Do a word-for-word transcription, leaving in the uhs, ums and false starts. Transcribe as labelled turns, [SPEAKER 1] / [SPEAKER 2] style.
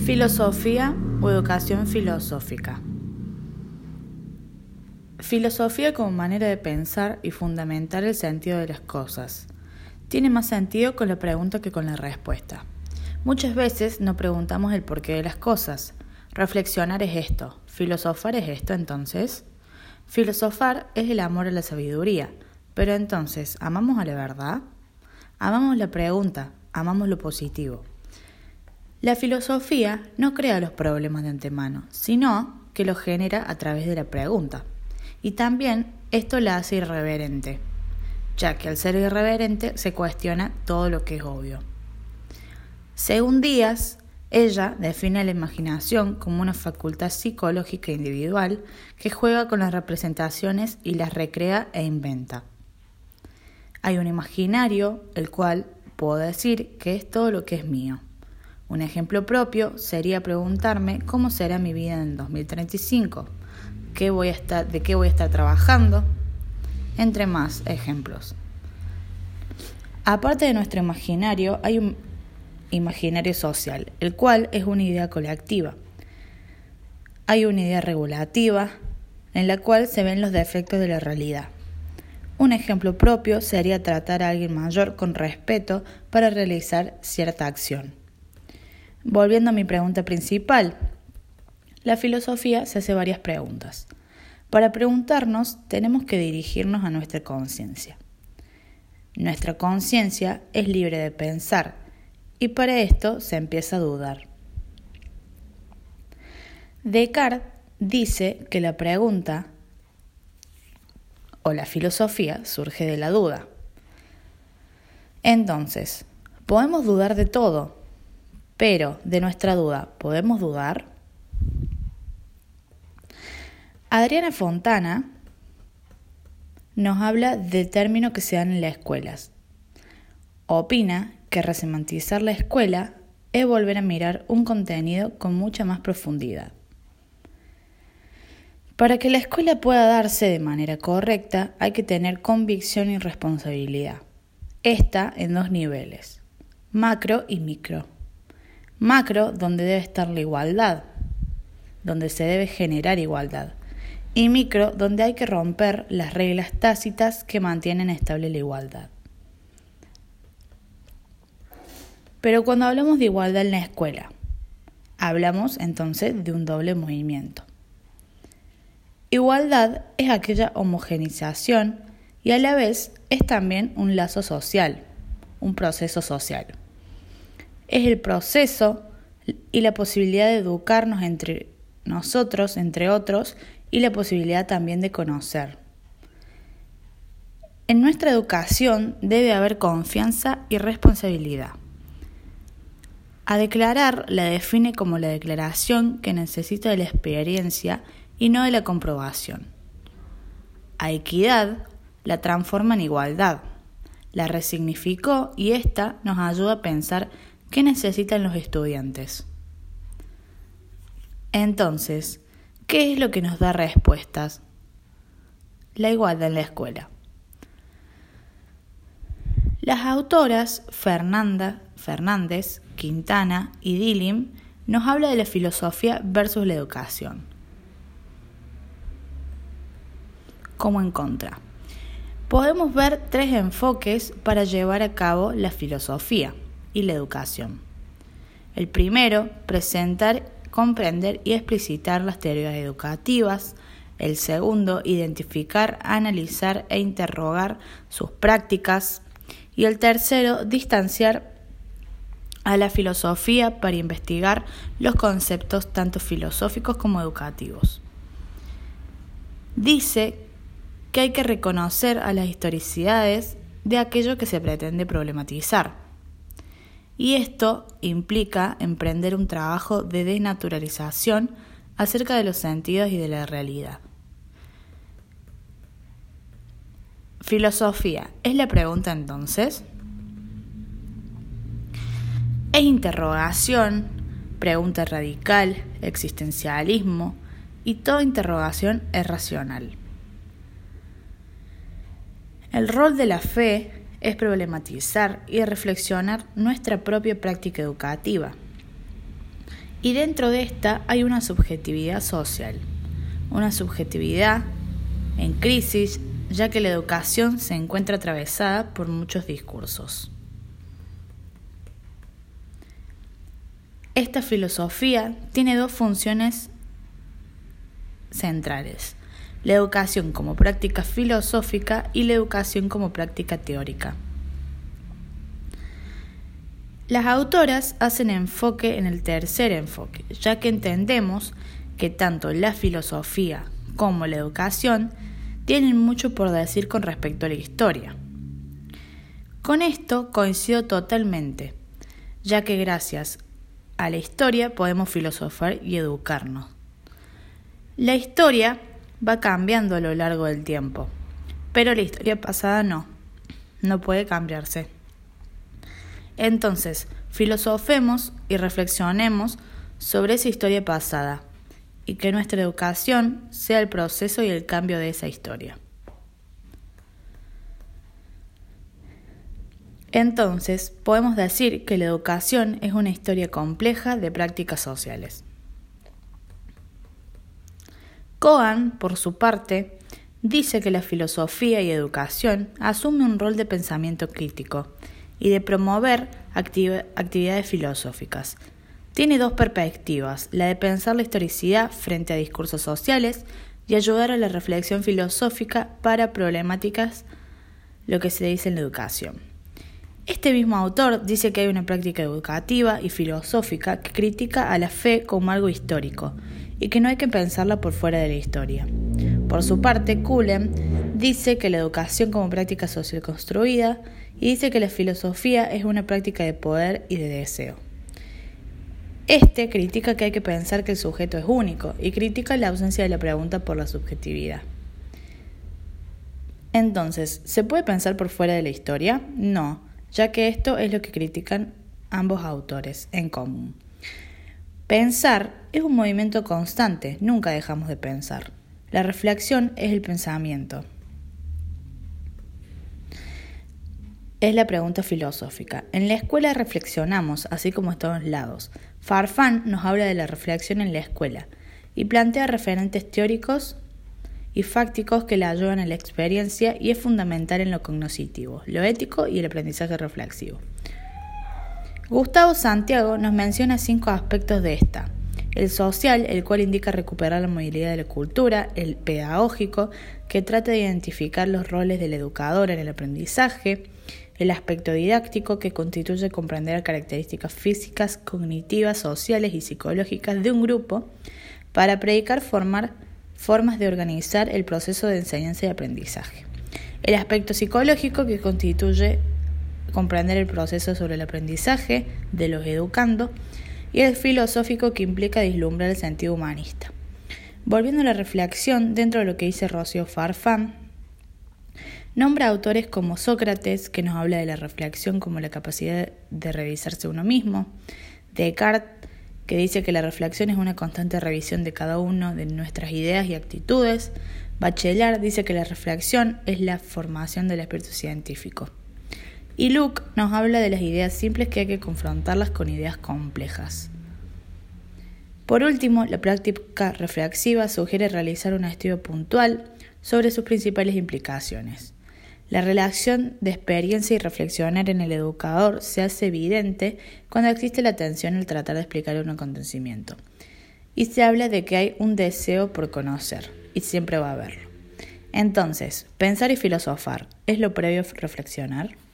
[SPEAKER 1] Filosofía o educación filosófica. Filosofía como manera de pensar y fundamentar el sentido de las cosas. Tiene más sentido con la pregunta que con la respuesta. Muchas veces no preguntamos el porqué de las cosas. Reflexionar es esto. Filosofar es esto, entonces. Filosofar es el amor a la sabiduría. Pero entonces, ¿amamos a la verdad? Amamos la pregunta, amamos lo positivo. La filosofía no crea los problemas de antemano, sino que los genera a través de la pregunta. Y también esto la hace irreverente, ya que al ser irreverente se cuestiona todo lo que es obvio. Según Díaz, ella define la imaginación como una facultad psicológica individual que juega con las representaciones y las recrea e inventa. Hay un imaginario, el cual puedo decir que es todo lo que es mío. Un ejemplo propio sería preguntarme cómo será mi vida en el dos mil treinta y cinco, qué voy a estar, de qué voy a estar trabajando, entre más ejemplos. Aparte de nuestro imaginario, hay un imaginario social, el cual es una idea colectiva. Hay una idea regulativa, en la cual se ven los defectos de la realidad. Un ejemplo propio sería tratar a alguien mayor con respeto para realizar cierta acción. Volviendo a mi pregunta principal, la filosofía se hace varias preguntas. Para preguntarnos, tenemos que dirigirnos a nuestra conciencia. Nuestra conciencia es libre de pensar, y para esto se empieza a dudar. Descartes dice que la pregunta o la filosofía surge de la duda. Entonces, podemos dudar de todo, pero de nuestra duda, ¿podemos dudar? Adriana Fontana nos habla del término que se dan en las escuelas. Opina que resemantizar la escuela es volver a mirar un contenido con mucha más profundidad. Para que la escuela pueda darse de manera correcta, hay que tener convicción y responsabilidad. Esta en dos niveles, macro y micro. Macro, donde debe estar la igualdad, donde se debe generar igualdad. Y micro, donde hay que romper las reglas tácitas que mantienen estable la igualdad. Pero cuando hablamos de igualdad en la escuela, hablamos entonces de un doble movimiento. Igualdad es aquella homogeneización y a la vez es también un lazo social, un proceso social. Es el proceso y la posibilidad de educarnos entre nosotros, entre otros, y la posibilidad también de conocer. En nuestra educación debe haber confianza y responsabilidad. A declarar la define como la declaración que necesita de la experiencia y no de la comprobación. A equidad la transforma en igualdad, la resignificó y esta nos ayuda a pensar qué necesitan los estudiantes. Entonces, ¿qué es lo que nos da respuestas? La igualdad en la escuela. Las autoras Fernanda, Fernández, Quintana y Dillim nos habla de la filosofía versus la educación. Como en contra. Podemos ver tres enfoques para llevar a cabo la filosofía y la educación. El primero, presentar, comprender y explicitar las teorías educativas. El segundo, identificar, analizar e interrogar sus prácticas. Y el tercero, distanciar a la filosofía para investigar los conceptos tanto filosóficos como educativos. Dice que hay que reconocer a las historicidades de aquello que se pretende problematizar. Y esto implica emprender un trabajo de desnaturalización acerca de los sentidos y de la realidad. Filosofía, ¿es la pregunta entonces? Es interrogación, pregunta radical, existencialismo, y toda interrogación es racional. El rol de la fe es problematizar y reflexionar nuestra propia práctica educativa Y dentro de esta hay una subjetividad social, una subjetividad en crisis, ya que la educación se encuentra atravesada por muchos discursos. Esta filosofía tiene dos funciones centrales: la educación como práctica filosófica y la educación como práctica teórica. Las autoras hacen enfoque en el tercer enfoque, ya que entendemos que tanto la filosofía como la educación tienen mucho por decir con respecto a la historia. Con esto coincido totalmente, ya que gracias a la historia podemos filosofar y educarnos. La historia va cambiando a lo largo del tiempo, pero la historia pasada no, no puede cambiarse. Entonces, filosofemos y reflexionemos sobre esa historia pasada y que nuestra educación sea el proceso y el cambio de esa historia. Entonces, podemos decir que la educación es una historia compleja de prácticas sociales. Cohen, por su parte, dice que la filosofía y educación asume un rol de pensamiento crítico y de promover activ- actividades filosóficas. Tiene dos perspectivas, la de pensar la historicidad frente a discursos sociales y ayudar a la reflexión filosófica para problemáticas, lo que se dice en la educación. Este mismo autor dice que hay una práctica educativa y filosófica que critica a la fe como algo histórico y que no hay que pensarla por fuera de la historia. Por su parte, Cullen dice que la educación como práctica social construida y dice que la filosofía es una práctica de poder y de deseo. Este critica que hay que pensar que el sujeto es único y critica la ausencia de la pregunta por la subjetividad. Entonces, ¿se puede pensar por fuera de la historia? No, ya que esto es lo que critican ambos autores en común. Pensar es un movimiento constante, nunca dejamos de pensar. La reflexión es el pensamiento. Es la pregunta filosófica. En la escuela reflexionamos, así como en todos lados. Farfán nos habla de la reflexión en la escuela y plantea referentes teóricos y fácticos que la ayudan a la experiencia y es fundamental en lo cognitivo, lo ético y el aprendizaje reflexivo. Gustavo Santiago nos menciona cinco aspectos de esta: el social, el cual indica recuperar la movilidad de la cultura; el pedagógico, que trata de identificar los roles del educador en el aprendizaje; el aspecto didáctico, que constituye comprender características físicas, cognitivas, sociales y psicológicas de un grupo para predicar formar formas de organizar el proceso de enseñanza y aprendizaje; el aspecto psicológico, que constituye comprender el proceso sobre el aprendizaje de los educandos; y el filosófico, que implica vislumbrar el sentido humanista. Volviendo a la reflexión, dentro de lo que dice Rocío Farfán, nombra autores como Sócrates, que nos habla de la reflexión como la capacidad de revisarse uno mismo; Descartes, que dice que la reflexión es una constante revisión de cada uno de nuestras ideas y actitudes; Bachelard dice que la reflexión es la formación del espíritu científico; y Luke nos habla de las ideas simples que hay que confrontarlas con ideas complejas. Por último, la práctica reflexiva sugiere realizar un estudio puntual sobre sus principales implicaciones. La relación de experiencia y reflexionar en el educador se hace evidente cuando existe la atención al tratar de explicar un acontecimiento. Y se habla de que hay un deseo por conocer, y siempre va a haberlo. Entonces, pensar y filosofar, ¿es lo previo a reflexionar?